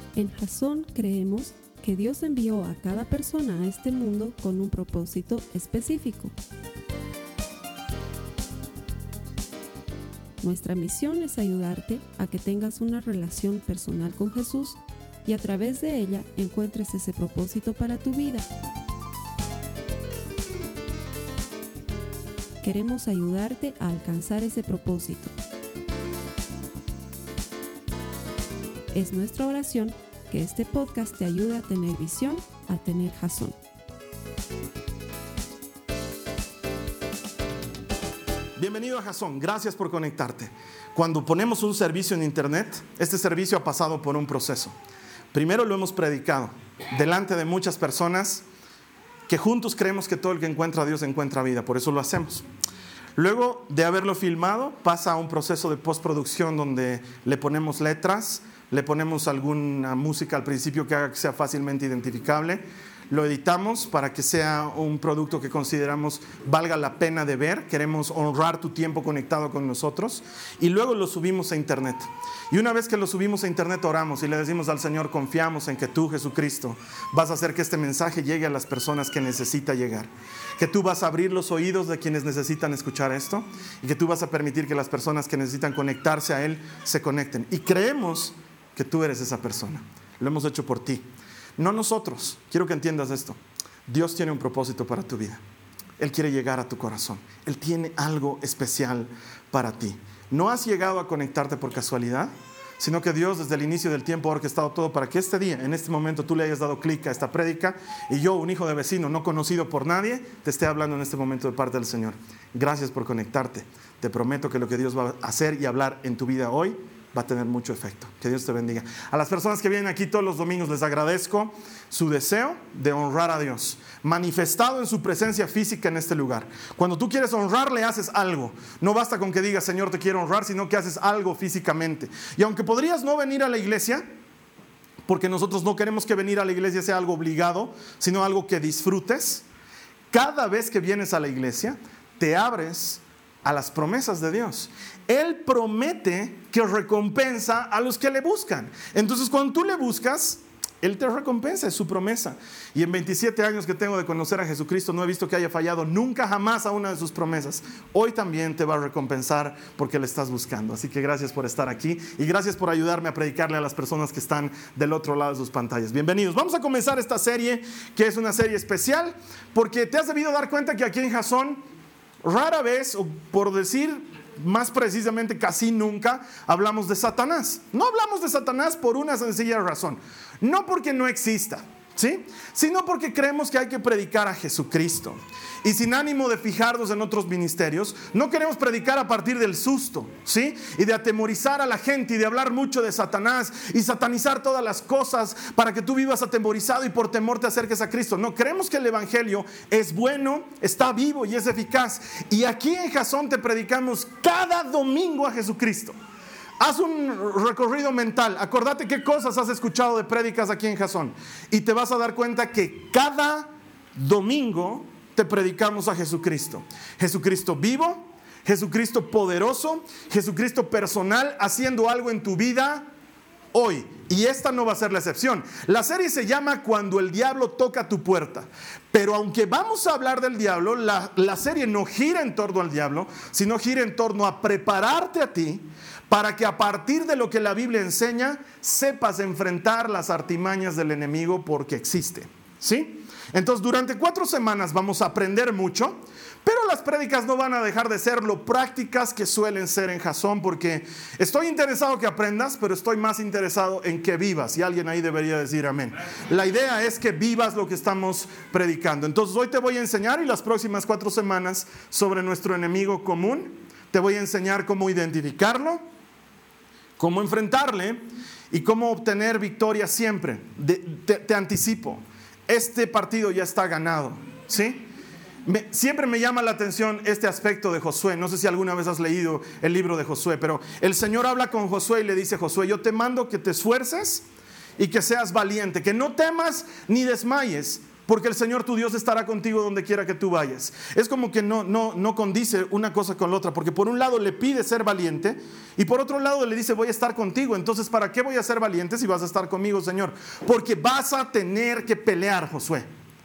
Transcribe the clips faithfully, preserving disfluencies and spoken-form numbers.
En Jasón creemos que Dios envió a cada persona a este mundo con un propósito específico. Nuestra misión es ayudarte a que tengas una relación personal con Jesús y a través de ella encuentres ese propósito para tu vida. Queremos ayudarte a alcanzar ese propósito. Es nuestra oración que este podcast te ayude a tener visión, a tener Jasón. Bienvenido a Jasón, gracias por conectarte. Cuando ponemos un servicio en internet, este servicio ha pasado por un proceso. Primero lo hemos predicado delante de muchas personas que juntos creemos que todo el que encuentra a Dios encuentra vida, por eso lo hacemos. Luego de haberlo filmado, pasa a un proceso de postproducción donde le ponemos letras, le ponemos alguna música al principio que haga que sea fácilmente identificable. Lo editamos para que sea un producto que consideramos valga la pena de ver. Queremos honrar tu tiempo conectado con nosotros. Y luego lo subimos a internet. Y una vez que lo subimos a internet, oramos y le decimos al Señor, confiamos en que tú, Jesucristo, vas a hacer que este mensaje llegue a las personas que necesita llegar. Que tú vas a abrir los oídos de quienes necesitan escuchar esto. Y que tú vas a permitir que las personas que necesitan conectarse a Él se conecten. Y creemos que tú eres esa persona. Lo hemos hecho por ti. No nosotros. Quiero que entiendas esto. Dios tiene un propósito para tu vida. Él quiere llegar a tu corazón. Él tiene algo especial para ti. No has llegado a conectarte por casualidad, sino que Dios desde el inicio del tiempo ha orquestado todo para que este día, en este momento, tú le hayas dado clic a esta prédica y yo, un hijo de vecino no conocido por nadie, te esté hablando en este momento de parte del Señor. Gracias por conectarte. Te prometo que lo que Dios va a hacer y hablar en tu vida hoy va a tener mucho efecto. Que Dios te bendiga. A las personas que vienen aquí todos los domingos les agradezco su deseo de honrar a Dios, manifestado en su presencia física en este lugar. Cuando tú quieres honrarle, haces algo. No basta con que digas, Señor, te quiero honrar, sino que haces algo físicamente. Y aunque podrías no venir a la iglesia, porque nosotros no queremos que venir a la iglesia sea algo obligado, sino algo que disfrutes, cada vez que vienes a la iglesia, te abres a las promesas de Dios. Él promete que recompensa a los que le buscan. Entonces, cuando tú le buscas, Él te recompensa, es su promesa. Y en veintisiete años que tengo de conocer a Jesucristo, no he visto que haya fallado nunca jamás a una de sus promesas. Hoy también te va a recompensar porque le estás buscando. Así que gracias por estar aquí y gracias por ayudarme a predicarle a las personas que están del otro lado de sus pantallas. Bienvenidos. Vamos a comenzar esta serie, que es una serie especial, porque te has debido dar cuenta que aquí en Jasón, rara vez, o por decir más precisamente casi nunca, hablamos de Satanás. No hablamos de Satanás por una sencilla razón. No porque no exista, ¿sí? Sino porque creemos que hay que predicar a Jesucristo. Y sin ánimo de fijarnos en otros ministerios, no queremos predicar a partir del susto, ¿sí? Y de atemorizar a la gente y de hablar mucho de Satanás y satanizar todas las cosas para que tú vivas atemorizado y por temor te acerques a Cristo. No, creemos que el evangelio es bueno, está vivo y es eficaz. Y aquí en Jasón te predicamos cada domingo a Jesucristo. Haz un recorrido mental, acordate qué cosas has escuchado de prédicas aquí en Jasón y te vas a dar cuenta que cada domingo te predicamos a Jesucristo. Jesucristo vivo, Jesucristo poderoso, Jesucristo personal haciendo algo en tu vida hoy. Y esta no va a ser la excepción. La serie se llama Cuando el diablo toca tu puerta. Pero aunque vamos a hablar del diablo, la, la serie no gira en torno al diablo, sino gira en torno a prepararte a ti para que a partir de lo que la Biblia enseña, sepas enfrentar las artimañas del enemigo porque existe, ¿sí? Entonces, durante cuatro semanas vamos a aprender mucho, pero las prédicas no van a dejar de ser lo prácticas que suelen ser en Jasón, porque estoy interesado que aprendas, pero estoy más interesado en que vivas, y alguien ahí debería decir amén. La idea es que vivas lo que estamos predicando. Entonces, hoy te voy a enseñar, y las próximas cuatro semanas, sobre nuestro enemigo común. Te voy a enseñar cómo identificarlo, cómo enfrentarle y cómo obtener victoria siempre. De, te, te anticipo. Este partido ya está ganado, ¿sí? Me, siempre me llama la atención este aspecto de Josué. No sé si alguna vez has leído el libro de Josué, pero el Señor habla con Josué y le dice: Josué, yo te mando que te esfuerces y que seas valiente, que no temas ni desmayes, porque el Señor tu Dios estará contigo donde quiera que tú vayas. Es como que no, no, no condice una cosa con la otra, porque por un lado le pide ser valiente y por otro lado le dice voy a estar contigo. Entonces, ¿para qué voy a ser valiente si vas a estar conmigo, Señor? Porque vas a tener que pelear, Josué.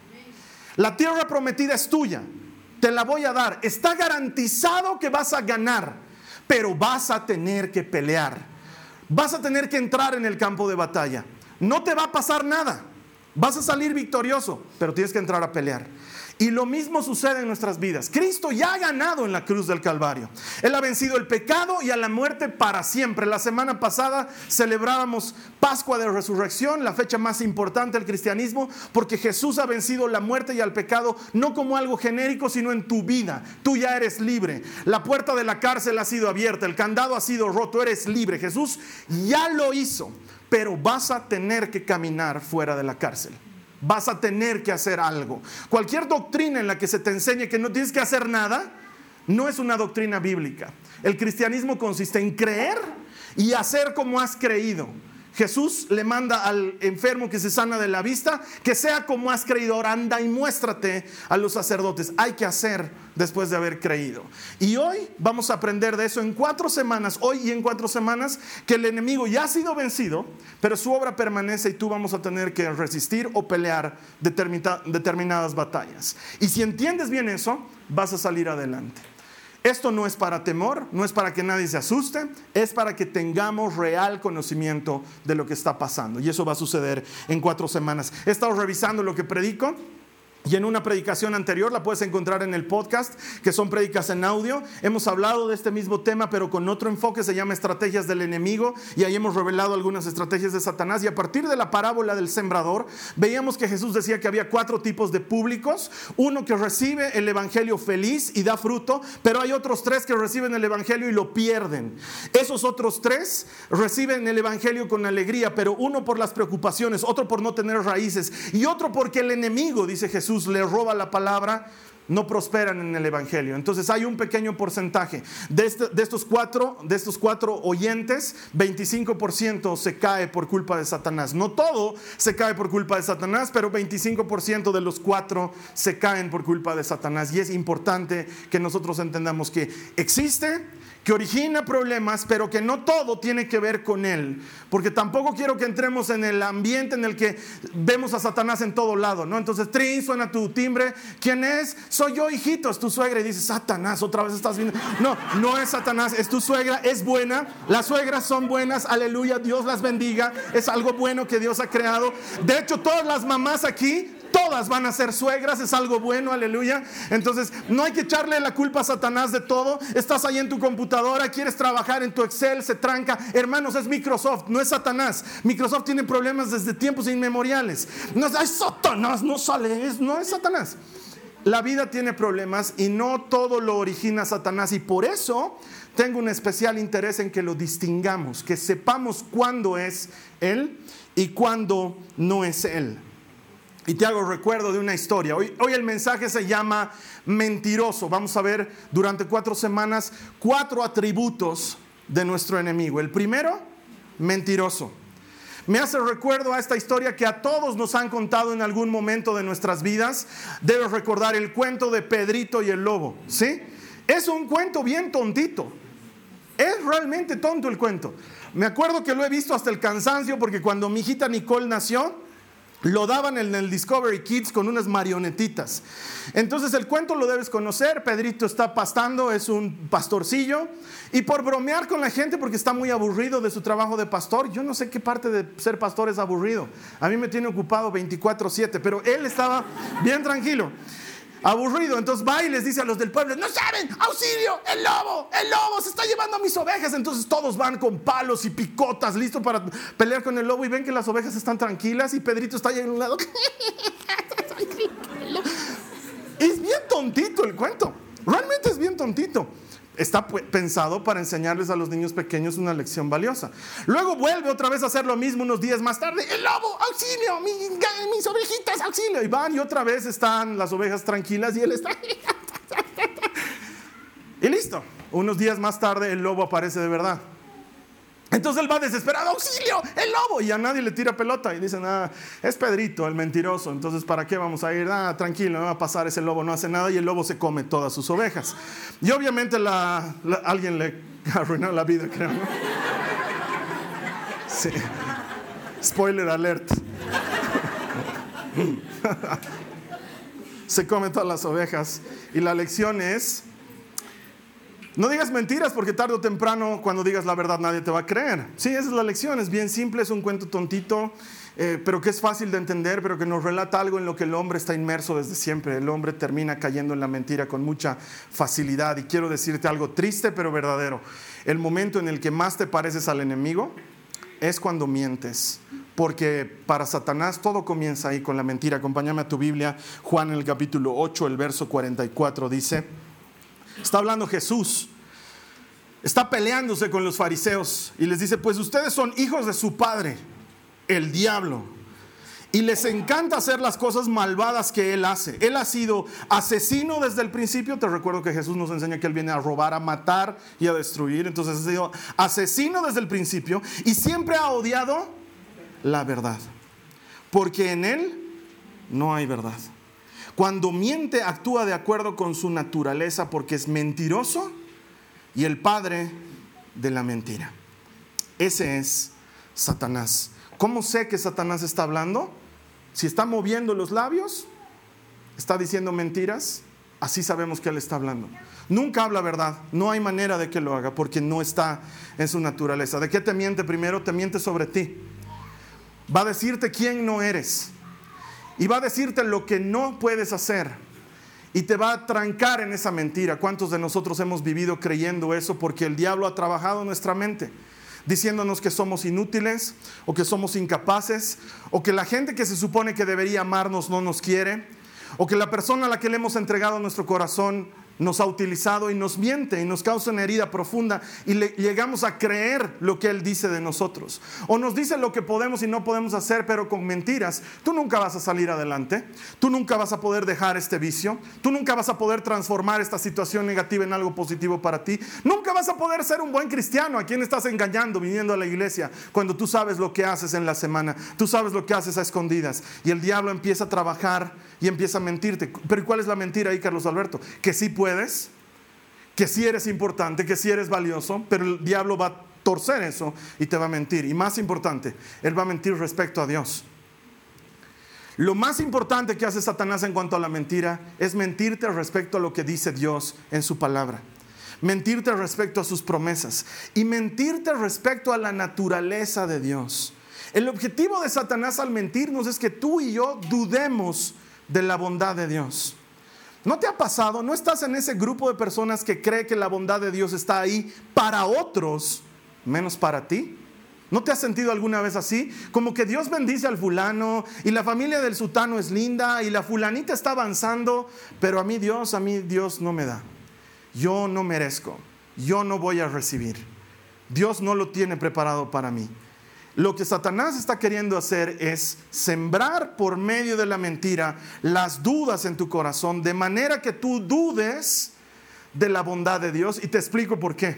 La tierra prometida es tuya, te la voy a dar. Está garantizado que vas a ganar, pero vas a tener que pelear. Vas a tener que entrar en el campo de batalla. No te va a pasar nada. Vas a salir victorioso, pero tienes que entrar a pelear. Y lo mismo sucede en nuestras vidas. Cristo ya ha ganado en la cruz del Calvario. Él ha vencido el pecado y a la muerte para siempre. La semana pasada celebrábamos Pascua de Resurrección, la fecha más importante del cristianismo, porque Jesús ha vencido la muerte y al pecado, no como algo genérico, sino en tu vida. Tú ya eres libre. La puerta de la cárcel ha sido abierta, el candado ha sido roto, eres libre. Jesús ya lo hizo, pero vas a tener que caminar fuera de la cárcel. Vas a tener que hacer algo. Cualquier doctrina en la que se te enseñe que no tienes que hacer nada, no es una doctrina bíblica. El cristianismo consiste en creer y hacer como has creído. Jesús le manda al enfermo que se sana de la vista, que sea como has creído. Ahora anda y muéstrate a los sacerdotes. Hay que hacer después de haber creído. Y hoy vamos a aprender de eso en cuatro semanas, hoy y en cuatro semanas, que el enemigo ya ha sido vencido, pero su obra permanece y tú vamos a tener que resistir o pelear determina- determinadas batallas. Y si entiendes bien eso, vas a salir adelante. Esto no es para temor, no es para que nadie se asuste, es para que tengamos real conocimiento de lo que está pasando. Y eso va a suceder en cuatro semanas. He estado revisando lo que predico. Y en una predicación anterior, la puedes encontrar en el podcast, que son prédicas en audio. Hemos hablado de este mismo tema, pero con otro enfoque, se llama Estrategias del Enemigo. Y ahí hemos revelado algunas estrategias de Satanás. Y a partir de la parábola del sembrador, veíamos que Jesús decía que había cuatro tipos de públicos. Uno que recibe el evangelio feliz y da fruto, pero hay otros tres que reciben el evangelio y lo pierden. Esos otros tres reciben el evangelio con alegría, pero uno por las preocupaciones, otro por no tener raíces y otro porque el enemigo, dice Jesús, le roba la palabra, no prosperan en el evangelio. Entonces hay un pequeño porcentaje de, este, de, estos cuatro, de estos cuatro oyentes, veinticinco por ciento se cae por culpa de Satanás. No todo se cae por culpa de Satanás, pero veinticinco por ciento de los cuatro se caen por culpa de Satanás. Y es importante que nosotros entendamos que existe, que origina problemas, pero que no todo tiene que ver con él. Porque tampoco quiero que entremos en el ambiente en el que vemos a Satanás en todo lado, ¿no? Entonces, trin, suena tu timbre. ¿Quién es? Soy yo, hijito, es tu suegra. Y dices, Satanás, otra vez estás viendo. No, no es Satanás, es tu suegra, es buena. Las suegras son buenas, aleluya, Dios las bendiga. Es algo bueno que Dios ha creado. De hecho, todas las mamás aquí, todas van a ser suegras, es algo bueno, aleluya. Entonces, no hay que echarle la culpa a Satanás de todo. Estás ahí en tu computadora, quieres trabajar en tu Excel, se tranca. Hermanos, es Microsoft, no es Satanás. Microsoft tiene problemas desde tiempos inmemoriales. No es, ay, Satanás, no sale, es, no es Satanás. La vida tiene problemas y no todo lo origina Satanás. Y por eso tengo un especial interés en que lo distingamos, que sepamos cuándo es Él y cuándo no es Él. Y te hago recuerdo de una historia. Hoy, hoy el mensaje se llama mentiroso. Vamos a ver durante cuatro semanas cuatro atributos de nuestro enemigo. El primero, mentiroso. Me hace recuerdo a esta historia que a todos nos han contado en algún momento de nuestras vidas. Debes recordar el cuento de Pedrito y el lobo, ¿sí? Es un cuento bien tontito. Es realmente tonto el cuento. Me acuerdo que lo he visto hasta el cansancio porque cuando mi hijita Nicole nació, lo daban en el Discovery Kids con unas marionetitas. Entonces el cuento lo debes conocer. Pedrito está pastando, es un pastorcillo. Y por bromear con la gente, porque está muy aburrido de su trabajo de pastor. Yo no sé qué parte de ser pastor es aburrido. A mí me tiene ocupado veinticuatro siete, pero él estaba bien tranquilo. Aburrido, entonces va y les dice a los del pueblo, no saben, auxilio, el lobo, el lobo se está llevando a mis ovejas. Entonces todos van con palos y picotas, listos para pelear con el lobo, y ven que las ovejas están tranquilas y Pedrito está ahí en un lado. Es bien tontito el cuento, realmente es bien tontito. Está pensado para enseñarles a los niños pequeños una lección valiosa. Luego vuelve otra vez a hacer lo mismo unos días más tarde. El lobo, auxilio, mis, mis ovejitas, auxilio. Y van y otra vez están las ovejas tranquilas y él está... Y listo. Unos días más tarde el lobo aparece de verdad. Entonces él va desesperado, auxilio, el lobo, y a nadie le tira pelota y dicen, ah, es Pedrito, el mentiroso, entonces ¿para qué vamos a ir? Ah, tranquilo, no va a pasar, ese lobo no hace nada, y el lobo se come todas sus ovejas. Y obviamente la, la, alguien le arruinó la vida, creo, ¿no? Sí. Spoiler alert. Se come todas las ovejas, y la lección es: no digas mentiras, porque tarde o temprano, cuando digas la verdad, nadie te va a creer. Sí, esa es la lección, es bien simple, es un cuento tontito, eh, pero que es fácil de entender, pero que nos relata algo en lo que el hombre está inmerso desde siempre. El hombre termina cayendo en la mentira con mucha facilidad. Y quiero decirte algo triste, pero verdadero. El momento en el que más te pareces al enemigo es cuando mientes. Porque para Satanás todo comienza ahí con la mentira. Acompáñame a tu Biblia, Juan en el capítulo ocho, el verso cuarenta y cuatro dice... Está hablando Jesús, está peleándose con los fariseos y les dice: pues ustedes son hijos de su padre, el diablo, y les encanta hacer las cosas malvadas que él hace. Él ha sido asesino desde el principio. Te recuerdo que Jesús nos enseña que él viene a robar, a matar y a destruir. Entonces ha sido asesino desde el principio y siempre ha odiado la verdad, porque en él no hay verdad. Cuando miente, actúa de acuerdo con su naturaleza, porque es mentiroso y el padre de la mentira. Ese es Satanás. ¿Cómo sé que Satanás está hablando? Si está moviendo los labios, está diciendo mentiras, así sabemos que él está hablando. Nunca habla verdad, no hay manera de que lo haga, porque no está en su naturaleza. ¿De qué te miente primero? Te miente sobre ti. Va a decirte quién no eres. Y va a decirte lo que no puedes hacer. Y te va a trancar en esa mentira. ¿Cuántos de nosotros hemos vivido creyendo eso? Porque el diablo ha trabajado en nuestra mente, diciéndonos que somos inútiles, o que somos incapaces, o que la gente que se supone que debería amarnos no nos quiere, o que la persona a la que le hemos entregado nuestro corazón nos ha utilizado y nos miente y nos causa una herida profunda, y le llegamos a creer lo que él dice de nosotros, o nos dice lo que podemos y no podemos hacer, pero con mentiras. Tú nunca vas a salir adelante, tú nunca vas a poder dejar este vicio, tú nunca vas a poder transformar esta situación negativa en algo positivo para ti, nunca vas a poder ser un buen cristiano. ¿A quién estás engañando viniendo a la iglesia cuando tú sabes lo que haces en la semana? Tú sabes lo que haces a escondidas, y el diablo empieza a trabajar y empieza a mentirte. Pero ¿cuál es la mentira ahí, Carlos Alberto? Que sí puedes, que sí eres importante, que sí eres valioso, pero el diablo va a torcer eso y te va a mentir. Y más importante, él va a mentir respecto a Dios. Lo más importante que hace Satanás en cuanto a la mentira es mentirte respecto a lo que dice Dios en su palabra, mentirte respecto a sus promesas y mentirte respecto a la naturaleza de Dios. El objetivo de Satanás al mentirnos es que tú y yo dudemos de la bondad de Dios. ¿No te ha pasado? ¿No estás en ese grupo de personas que cree que la bondad de Dios está ahí para otros, menos para ti? ¿No te has sentido alguna vez así? Como que Dios bendice al fulano y la familia del sutano es linda y la fulanita está avanzando, pero a mí Dios, a mí Dios no me da. Yo no merezco, yo no voy a recibir. Dios no lo tiene preparado para mí. Lo que Satanás está queriendo hacer es sembrar por medio de la mentira las dudas en tu corazón, de manera que tú dudes de la bondad de Dios. Y te explico por qué.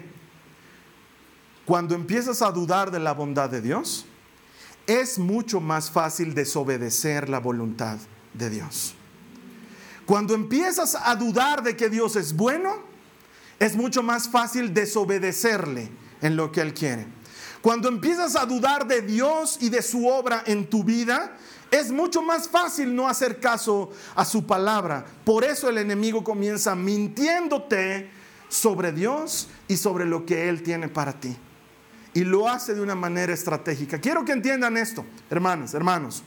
Cuando empiezas a dudar de la bondad de Dios, es mucho más fácil desobedecer la voluntad de Dios. Cuando empiezas a dudar de que Dios es bueno, es mucho más fácil desobedecerle en lo que Él quiere. Cuando empiezas a dudar de Dios y de su obra en tu vida, es mucho más fácil no hacer caso a su palabra. Por eso el enemigo comienza mintiéndote sobre Dios y sobre lo que Él tiene para ti. Y lo hace de una manera estratégica. Quiero que entiendan esto, hermanas, hermanos.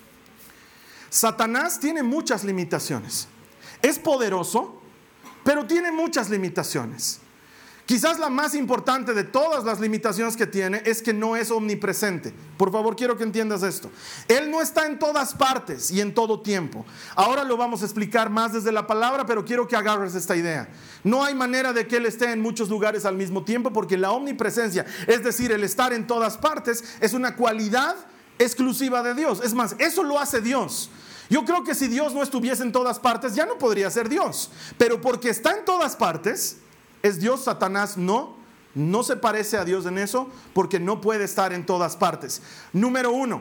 Satanás tiene muchas limitaciones. Es poderoso, pero tiene muchas limitaciones. Quizás la más importante de todas las limitaciones que tiene es que no es omnipresente. Por favor, quiero que entiendas esto. Él no está en todas partes y en todo tiempo. Ahora lo vamos a explicar más desde la palabra, pero quiero que agarres esta idea. No hay manera de que Él esté en muchos lugares al mismo tiempo, porque la omnipresencia, es decir, el estar en todas partes, es una cualidad exclusiva de Dios. Es más, eso lo hace Dios. Yo creo que si Dios no estuviese en todas partes, ya no podría ser Dios. Pero porque está en todas partes, es Dios, Satanás no No se parece a Dios en eso porque no puede estar en todas partes. Número uno.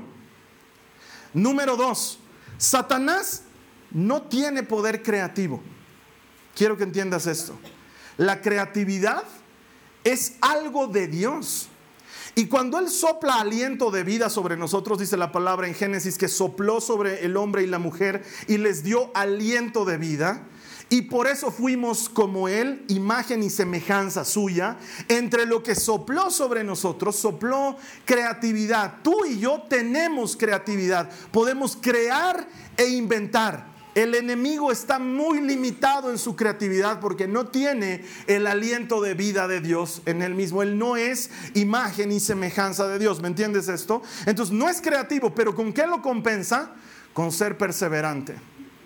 Número dos. Satanás no tiene poder creativo. Quiero que entiendas esto. La creatividad es algo de Dios. Y cuando Él sopla aliento de vida sobre nosotros, dice la palabra en Génesis que sopló sobre el hombre y la mujer y les dio aliento de vida. Y por eso fuimos como Él, imagen y semejanza suya. Entre lo que sopló sobre nosotros, sopló creatividad. Tú y yo tenemos creatividad. Podemos crear e inventar. El enemigo está muy limitado en su creatividad porque no tiene el aliento de vida de Dios en él mismo. Él no es imagen y semejanza de Dios. ¿Me entiendes esto? Entonces no es creativo, pero ¿con qué lo compensa? Con ser perseverante.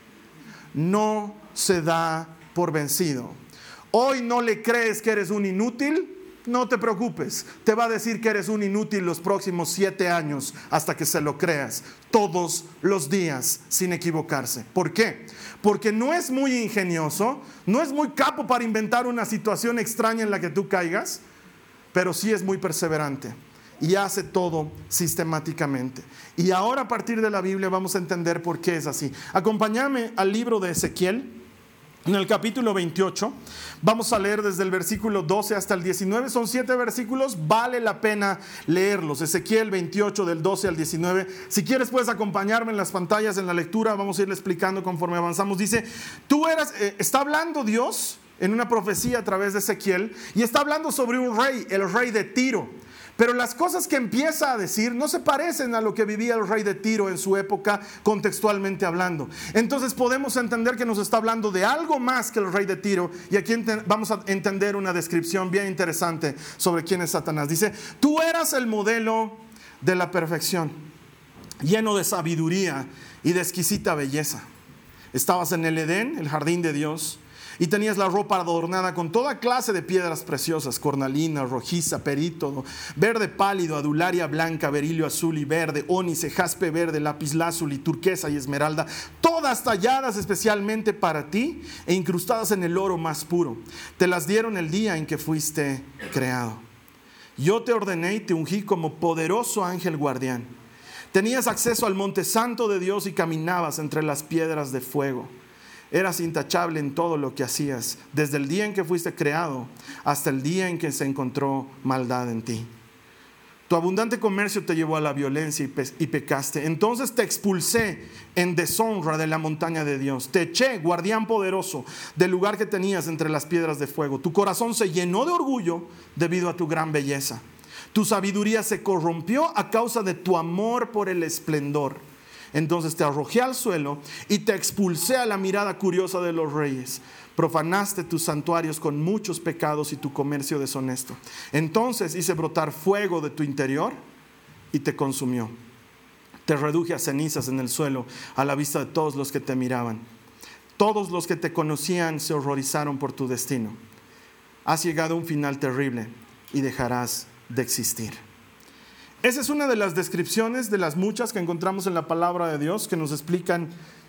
No se da por vencido. Hoy no le crees que eres un inútil. No te preocupes, te va a decir que eres un inútil los próximos siete años hasta que se lo creas, todos los días sin equivocarse. ¿Por qué? Porque no es muy ingenioso, no es muy capo para inventar una situación extraña en la que tú caigas, pero sí es muy perseverante y hace todo sistemáticamente. Y ahora a partir de la Biblia vamos a entender por qué es así. Acompáñame al libro de Ezequiel. En el capítulo veintiocho, vamos a leer desde el versículo doce hasta el diecinueve. Son siete versículos, vale la pena leerlos. Ezequiel veintiocho, del doce al diecinueve. Si quieres puedes acompañarme en las pantallas en la lectura. Vamos a irle explicando conforme avanzamos. Dice, tú eras, eh, está hablando Dios en una profecía a través de Ezequiel. Y está hablando sobre un rey, el rey de Tiro. Pero las cosas que empieza a decir no se parecen a lo que vivía el rey de Tiro en su época, contextualmente hablando. Entonces podemos entender que nos está hablando de algo más que el rey de Tiro. Y aquí vamos a entender una descripción bien interesante sobre quién es Satanás. Dice, tú eras el modelo de la perfección, lleno de sabiduría y de exquisita belleza. Estabas en el Edén, el jardín de Dios. Y tenías la ropa adornada con toda clase de piedras preciosas, cornalina, rojiza, perítodo, verde pálido, adularia blanca, berilio azul y verde, ónice, jaspe verde, lapislázuli, turquesa y esmeralda, todas talladas especialmente para ti e incrustadas en el oro más puro. Te las dieron el día en que fuiste creado. Yo te ordené y te ungí como poderoso ángel guardián. Tenías acceso al monte santo de Dios y caminabas entre las piedras de fuego. Eras intachable en todo lo que hacías, desde el día en que fuiste creado hasta el día en que se encontró maldad en ti. Tu abundante comercio te llevó a la violencia y, pe- y pecaste. Entonces te expulsé en deshonra de la montaña de Dios. Te eché, guardián poderoso, del lugar que tenías entre las piedras de fuego. Tu corazón se llenó de orgullo debido a tu gran belleza. Tu sabiduría se corrompió a causa de tu amor por el esplendor. Entonces te arrojé al suelo y te expulsé a la mirada curiosa de los reyes. Profanaste tus santuarios con muchos pecados y tu comercio deshonesto. Entonces hice brotar fuego de tu interior y te consumió. Te reduje a cenizas en el suelo a la vista de todos los que te miraban. Todos los que te conocían se horrorizaron por tu destino. Has llegado a un final terrible y dejarás de existir. Esa es una de las descripciones de las muchas que encontramos en la palabra de Dios que nos explican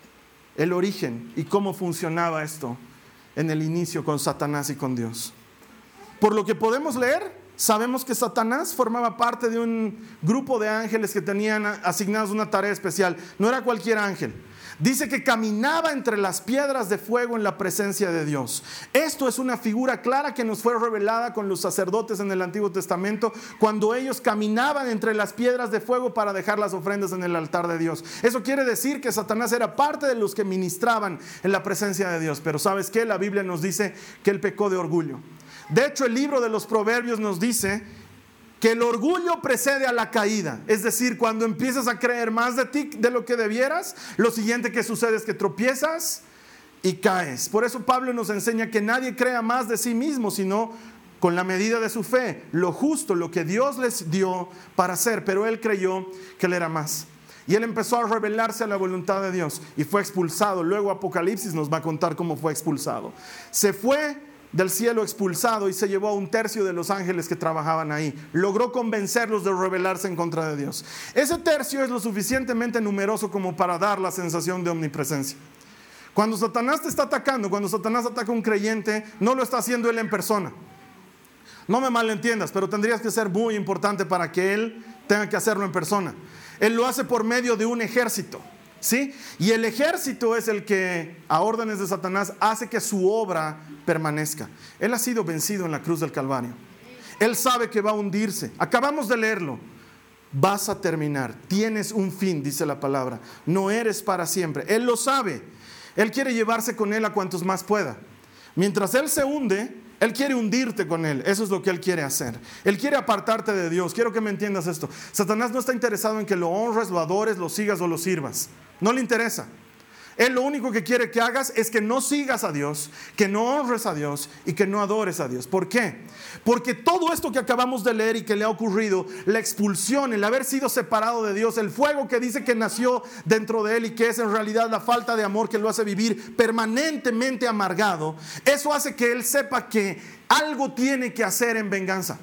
el origen y cómo funcionaba esto en el inicio con Satanás y con Dios. Por lo que podemos leer, sabemos que Satanás formaba parte de un grupo de ángeles que tenían asignados una tarea especial. No era cualquier ángel. Dice que caminaba entre las piedras de fuego en la presencia de Dios. Esto es una figura clara que nos fue revelada con los sacerdotes en el Antiguo Testamento, cuando ellos caminaban entre las piedras de fuego para dejar las ofrendas en el altar de Dios. Eso quiere decir que Satanás era parte de los que ministraban en la presencia de Dios. Pero ¿sabes qué? La Biblia nos dice que él pecó de orgullo. De hecho, el libro de los Proverbios nos dice que el orgullo precede a la caída. Es decir, cuando empiezas a creer más de ti de lo que debieras, lo siguiente que sucede es que tropiezas y caes. Por eso Pablo nos enseña que nadie crea más de sí mismo, sino con la medida de su fe, lo justo, lo que Dios les dio para hacer. Pero él creyó que él era más. Y él empezó a rebelarse a la voluntad de Dios y fue expulsado. Luego Apocalipsis nos va a contar cómo fue expulsado. Se fue del cielo expulsado y se llevó a un tercio de los ángeles que trabajaban ahí. Logró convencerlos de rebelarse en contra de Dios. Ese tercio es lo suficientemente numeroso como para dar la sensación de omnipresencia. Cuando Satanás te está atacando, cuando Satanás ataca a un creyente, no lo está haciendo él en persona. No me malentiendas, pero tendrías que ser muy importante para que Él tenga que hacerlo en persona. Él lo hace por medio de un ejército, ¿sí? Y el ejército es el que, a órdenes de Satanás, hace que su obra permanezca. Él ha sido vencido en la cruz del Calvario. Él sabe que va a hundirse. Acabamos de leerlo. Vas a terminar. Tienes un fin, dice la palabra. No eres para siempre. Él lo sabe. Él quiere llevarse con Él a cuantos más pueda. Mientras Él se hunde, Él quiere hundirte con Él. Eso es lo que Él quiere hacer. Él quiere apartarte de Dios. Quiero que me entiendas esto. Satanás no está interesado en que lo honres, lo adores, lo sigas o lo sirvas. No le interesa. Él lo único que quiere que hagas es que no sigas a Dios, que no honres a Dios y que no adores a Dios. ¿Por qué? Porque todo esto que acabamos de leer y que le ha ocurrido, la expulsión, el haber sido separado de Dios, el fuego que dice que nació dentro de él y que es en realidad la falta de amor que lo hace vivir permanentemente amargado, eso hace que él sepa que algo tiene que hacer en venganza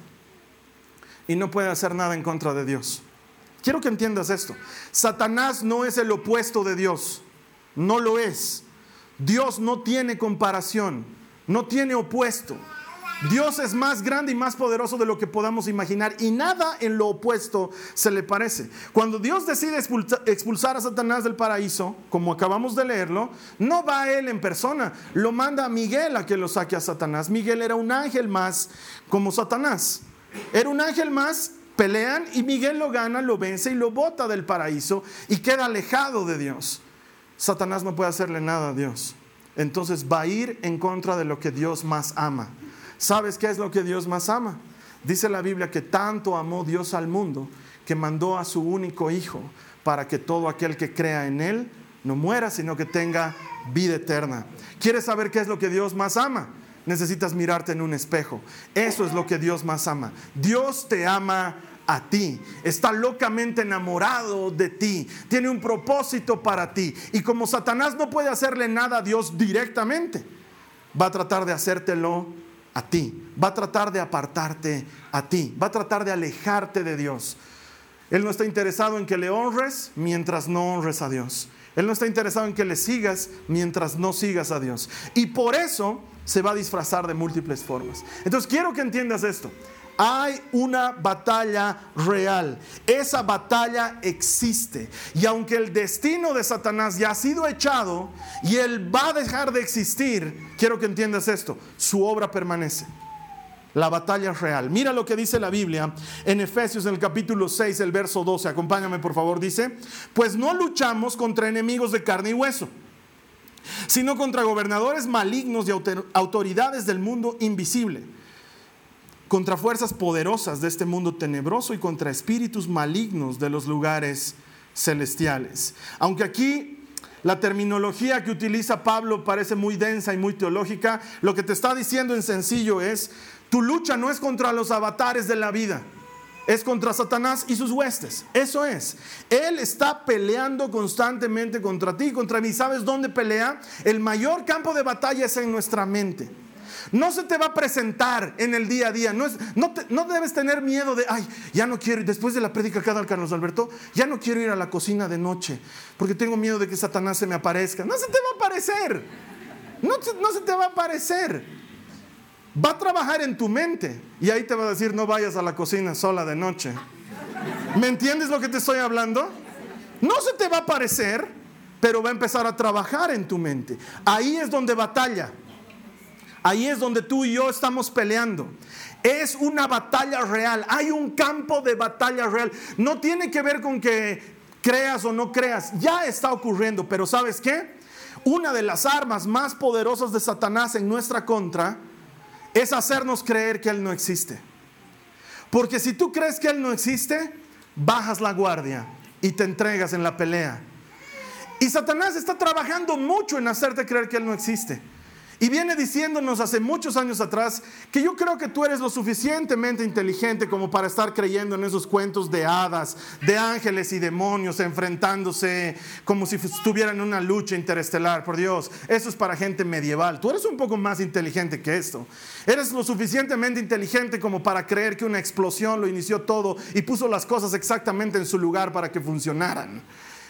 y no puede hacer nada en contra de Dios. Quiero que entiendas esto. Satanás no es el opuesto de Dios. No lo es. Dios no tiene comparación, no tiene opuesto. Dios es más grande y más poderoso de lo que podamos imaginar y nada en lo opuesto se le parece. Cuando Dios decide expulsar a Satanás del paraíso, como acabamos de leerlo, no va a Él en persona, lo manda a Miguel a que lo saque a Satanás. Miguel era un ángel más como Satanás. Era un ángel más, pelean y Miguel lo gana, lo vence y lo bota del paraíso y queda alejado de Dios. Satanás no puede hacerle nada a Dios. Entonces va a ir en contra de lo que Dios más ama. ¿Sabes qué es lo que Dios más ama? Dice la Biblia que tanto amó Dios al mundo que mandó a su único hijo para que todo aquel que crea en él no muera, sino que tenga vida eterna. ¿Quieres saber qué es lo que Dios más ama? Necesitas mirarte en un espejo. Eso es lo que Dios más ama. Dios te ama a ti, está locamente enamorado de ti, tiene un propósito para ti. Y como Satanás no puede hacerle nada a Dios directamente, va a tratar de hacértelo a ti, va a tratar de apartarte a ti, va a tratar de alejarte de Dios. Él no está interesado en que le honres mientras no honres a Dios. Él no está interesado en que le sigas mientras no sigas a Dios. Y por eso se va a disfrazar de múltiples formas. Entonces quiero que entiendas esto. Hay una batalla real. Esa batalla existe. Y aunque el destino de Satanás ya ha sido echado y él va a dejar de existir, quiero que entiendas esto. Su obra permanece. La batalla es real. Mira lo que dice la Biblia en Efesios, en el capítulo seis, el verso doce. Acompáñame por favor. Dice: pues no luchamos contra enemigos de carne y hueso, sino contra gobernadores malignos y autoridades del mundo invisible, contra fuerzas poderosas de este mundo tenebroso y contra espíritus malignos de los lugares celestiales. Aunque aquí la terminología que utiliza Pablo parece muy densa y muy teológica, lo que te está diciendo en sencillo es: tu lucha no es contra los avatares de la vida, es contra Satanás y sus huestes. Eso es. Él está peleando constantemente contra ti, contra mí. ¿Sabes dónde pelea? El mayor campo de batalla es en nuestra mente. No se te va a presentar en el día a día. No, es, no, te, no debes tener miedo de, ay, ya no quiero ir, después de la prédica que ha dado Carlos Alberto, ya no quiero ir a la cocina de noche, porque tengo miedo de que Satanás se me aparezca. No se te va a aparecer. No, no se te va a aparecer. Va a trabajar en tu mente y ahí te va a decir: no vayas a la cocina sola de noche. ¿Me entiendes lo que te estoy hablando? No se te va a aparecer, pero va a empezar a trabajar en tu mente. Ahí es donde batalla. Ahí es donde tú y yo estamos peleando. Es una batalla real. Hay un campo de batalla real. No tiene que ver con que creas o no creas. Ya está ocurriendo. Pero ¿sabes qué? Una de las armas más poderosas de Satanás en nuestra contra es hacernos creer que Él no existe. Porque si tú crees que Él no existe, bajas la guardia y te entregas en la pelea. Y Satanás está trabajando mucho en hacerte creer que Él no existe. Y viene diciéndonos hace muchos años atrás que yo creo que tú eres lo suficientemente inteligente como para estar creyendo en esos cuentos de hadas, de ángeles y demonios enfrentándose como si estuvieran en una lucha interestelar. Por Dios, eso es para gente medieval. Tú eres un poco más inteligente que esto. Eres lo suficientemente inteligente como para creer que una explosión lo inició todo y puso las cosas exactamente en su lugar para que funcionaran.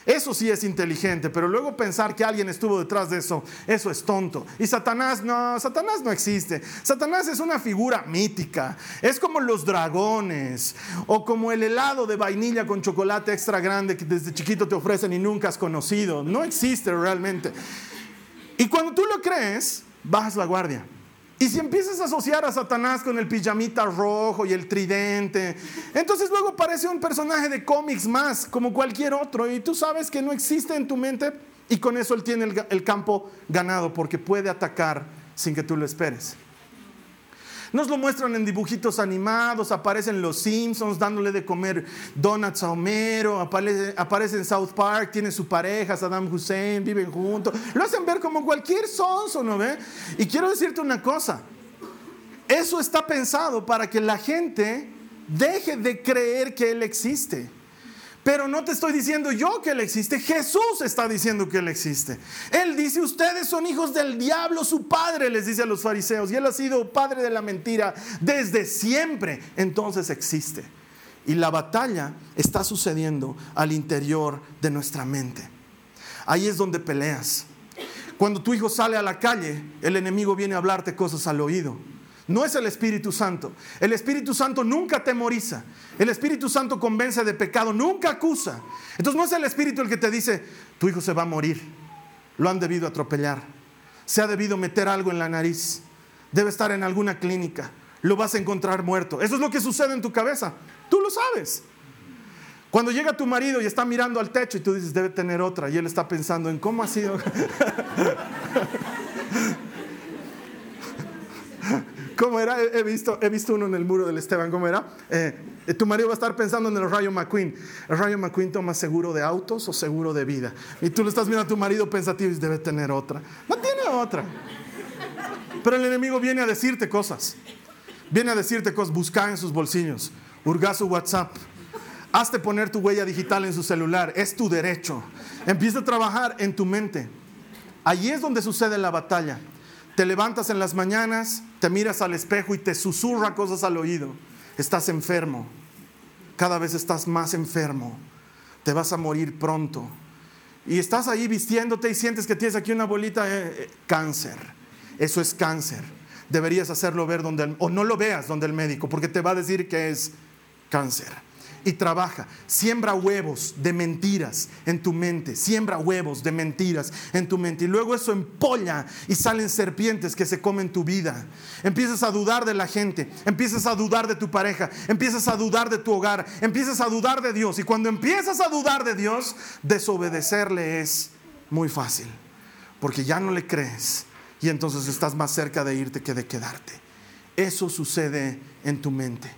Eso sí es inteligente, pero luego pensar que alguien estuvo detrás de eso, eso es tonto. Y Satanás, no, Satanás no existe. Satanás es una figura mítica. Es como los dragones o como el helado de vainilla con chocolate extra grande que desde chiquito te ofrecen y nunca has conocido. No existe realmente. Y cuando tú lo crees, bajas la guardia. Y si empiezas a asociar a Satanás con el pijamita rojo y el tridente, entonces luego parece un personaje de cómics más, como cualquier otro, y tú sabes que no existe en tu mente, y con eso él tiene el, el campo ganado, porque puede atacar sin que tú lo esperes. Nos lo muestran en dibujitos animados, aparecen los Simpsons dándole de comer donuts a Homero, aparece, aparece en South Park, tiene su pareja, Saddam Hussein, viven juntos. Lo hacen ver como cualquier sonso, ¿no ve? Y quiero decirte una cosa, eso está pensado para que la gente deje de creer que Él existe. Pero no te estoy diciendo yo que Él existe, Jesús está diciendo que Él existe. Él dice, ustedes son hijos del diablo, su padre, les dice a los fariseos, y Él ha sido padre de la mentira desde siempre. Entonces existe. Y la batalla está sucediendo al interior de nuestra mente. Ahí es donde peleas. Cuando tu hijo sale a la calle, el enemigo viene a hablarte cosas al oído. No es el Espíritu Santo. El Espíritu Santo nunca atemoriza. El Espíritu Santo convence de pecado, nunca acusa. Entonces no es el Espíritu el que te dice, tu hijo se va a morir, lo han debido atropellar, se ha debido meter algo en la nariz, debe estar en alguna clínica, lo vas a encontrar muerto. Eso es lo que sucede en tu cabeza, tú lo sabes. Cuando llega tu marido y está mirando al techo y tú dices, debe tener otra, y él está pensando en cómo ha sido... ¿Cómo era? He visto, he visto uno en el muro del Esteban. ¿Cómo era? Eh, tu marido va a estar pensando en el Rayo McQueen. ¿El Rayo McQueen toma seguro de autos o seguro de vida? Y tú le estás viendo a tu marido pensativo y dices, debe tener otra. No tiene otra. Pero el enemigo viene a decirte cosas. Viene a decirte cosas. Busca en sus bolsillos. Hurga su WhatsApp. Hazte poner tu huella digital en su celular. Es tu derecho. Empieza a trabajar en tu mente. Allí es donde sucede la batalla. Te levantas en las mañanas, te miras al espejo y te susurra cosas al oído. Estás enfermo. Cada vez estás más enfermo. Te vas a morir pronto. Y estás ahí vistiéndote y sientes que tienes aquí una bolita. Eh, eh, cáncer. Eso es cáncer. Deberías hacerlo ver donde el, o no lo veas donde el médico, porque te va a decir que es cáncer. Y trabaja, siembra huevos de mentiras en tu mente, siembra huevos de mentiras en tu mente, y luego eso empolla y salen serpientes que se comen tu vida. Empiezas a dudar de la gente, empiezas a dudar de tu pareja, empiezas a dudar de tu hogar, empiezas a dudar de Dios, y cuando empiezas a dudar de Dios, desobedecerle es muy fácil, porque ya no le crees, y entonces estás más cerca de irte que de quedarte. Eso sucede en tu mente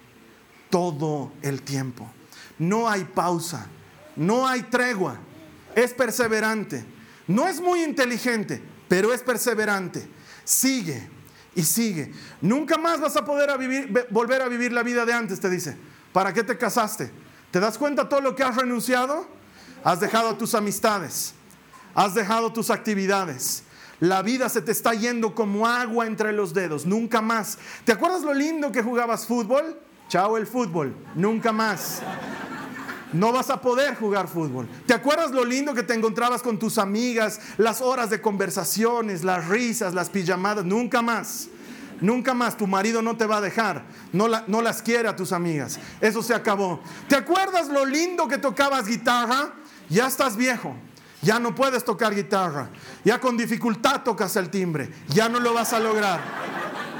todo el tiempo. No hay pausa, no hay tregua. Es perseverante. No es muy inteligente, pero es perseverante. Sigue y sigue. Nunca más vas a poder a vivir, volver a vivir la vida de antes, te dice. ¿Para qué te casaste? ¿Te das cuenta todo lo que has renunciado? Has dejado tus amistades, has dejado tus actividades. La vida se te está yendo como agua entre los dedos. Nunca más. ¿Te acuerdas lo lindo que jugabas fútbol? Chao el fútbol, nunca más. No vas a poder jugar fútbol. ¿Te acuerdas lo lindo que te encontrabas con tus amigas? Las horas de conversaciones, las risas, las pijamadas. Nunca más. Nunca más. Tu marido no te va a dejar. No, la, no las quiere a tus amigas. Eso se acabó. ¿Te acuerdas lo lindo que tocabas guitarra? Ya estás viejo. Ya no puedes tocar guitarra. Ya con dificultad tocas el timbre. Ya no lo vas a lograr.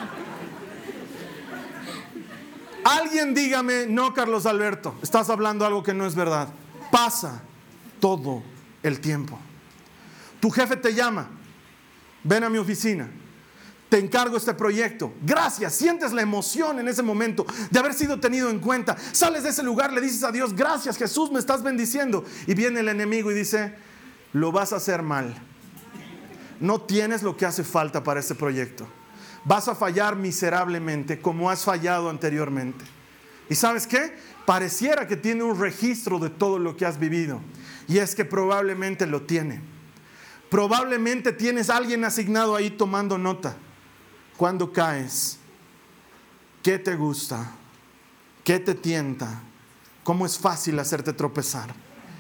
Alguien dígame, no, Carlos Alberto, estás hablando algo que no es verdad. Pasa todo el tiempo. Tu jefe te llama, ven a mi oficina, te encargo este proyecto. Gracias, sientes la emoción en ese momento de haber sido tenido en cuenta. Sales de ese lugar, le dices a Dios, gracias Jesús, me estás bendiciendo. Y viene el enemigo y dice, lo vas a hacer mal. No tienes lo que hace falta para este proyecto. Vas a fallar miserablemente como has fallado anteriormente. ¿Y sabes qué? Pareciera que tiene un registro de todo lo que has vivido. Y es que probablemente lo tiene. Probablemente tienes a alguien asignado ahí tomando nota. ¿Cuándo caes? ¿Qué te gusta? ¿Qué te tienta? ¿Cómo es fácil hacerte tropezar?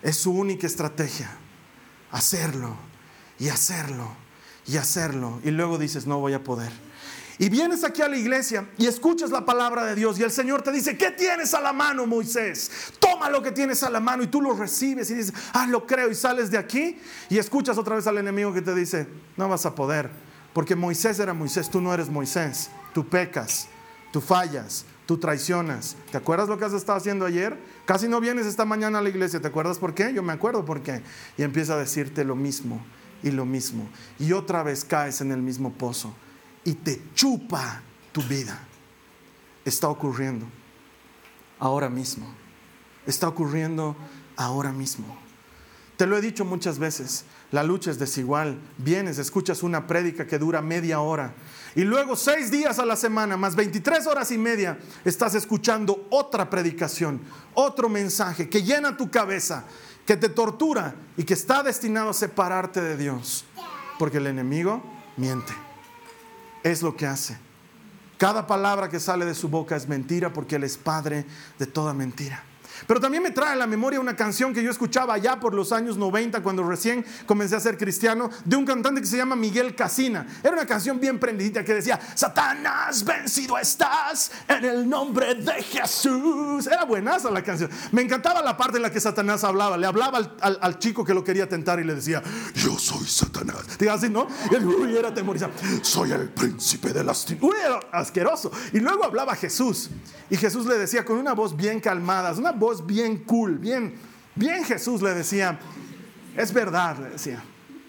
Es su única estrategia. Hacerlo y hacerlo y hacerlo. Y luego dices, no voy a poder. Y vienes aquí a la iglesia y escuchas la palabra de Dios y el Señor te dice, ¿qué tienes a la mano, Moisés? Toma lo que tienes a la mano, y tú lo recibes y dices, ah, lo creo, y sales de aquí y escuchas otra vez al enemigo que te dice, no vas a poder, porque Moisés era Moisés, tú no eres Moisés, tú pecas, tú fallas, tú traicionas. ¿Te acuerdas lo que has estado haciendo ayer? Casi no vienes esta mañana a la iglesia. ¿Te acuerdas por qué? Yo me acuerdo por qué. Y empieza a decirte lo mismo y lo mismo, y otra vez caes en el mismo pozo y te chupa tu vida. Está ocurriendo ahora mismo. Está ocurriendo ahora mismo. Te lo he dicho muchas veces, la lucha es desigual. Vienes, escuchas una prédica que dura media hora y luego seis días a la semana, más veintitrés horas y media, estás escuchando otra predicación, otro mensaje que llena tu cabeza, que te tortura y que está destinado a separarte de Dios. Porque el enemigo miente. Es lo que hace. Cada palabra que sale de su boca es mentira, porque Él es padre de toda mentira. Pero también me trae a la memoria una canción que yo escuchaba allá por los años noventa, cuando recién comencé a ser cristiano, de un cantante que se llama Miguel Casina. Era una canción bien prendidita que decía, Satanás, vencido estás en el nombre de Jesús. Era buenaza la canción. Me encantaba la parte en la que Satanás hablaba. Le hablaba al, al, al chico que lo quería tentar y le decía, yo soy Satanás. Diga así, ¿no? Y él, uy, era atemorizado. Soy el príncipe de las tinieblas. Uy, era asqueroso. Y luego hablaba Jesús. Y Jesús le decía con una voz bien calmada, una voz bien cool, bien, bien Jesús le decía, es verdad, le decía,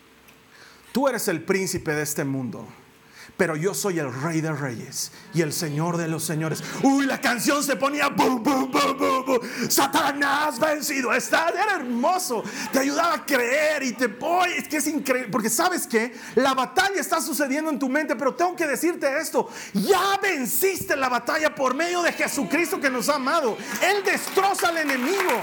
tú eres el príncipe de este mundo, pero yo soy el rey de reyes y el señor de los señores. Uy, la canción se ponía boom, boom, boom, boom, boom. Satanás vencido estás. Era hermoso, te ayudaba a creer y te, uy, es que es increíble, porque sabes que la batalla está sucediendo en tu mente, pero tengo que decirte esto, ya venciste la batalla por medio de Jesucristo que nos ha amado. Él destroza al enemigo.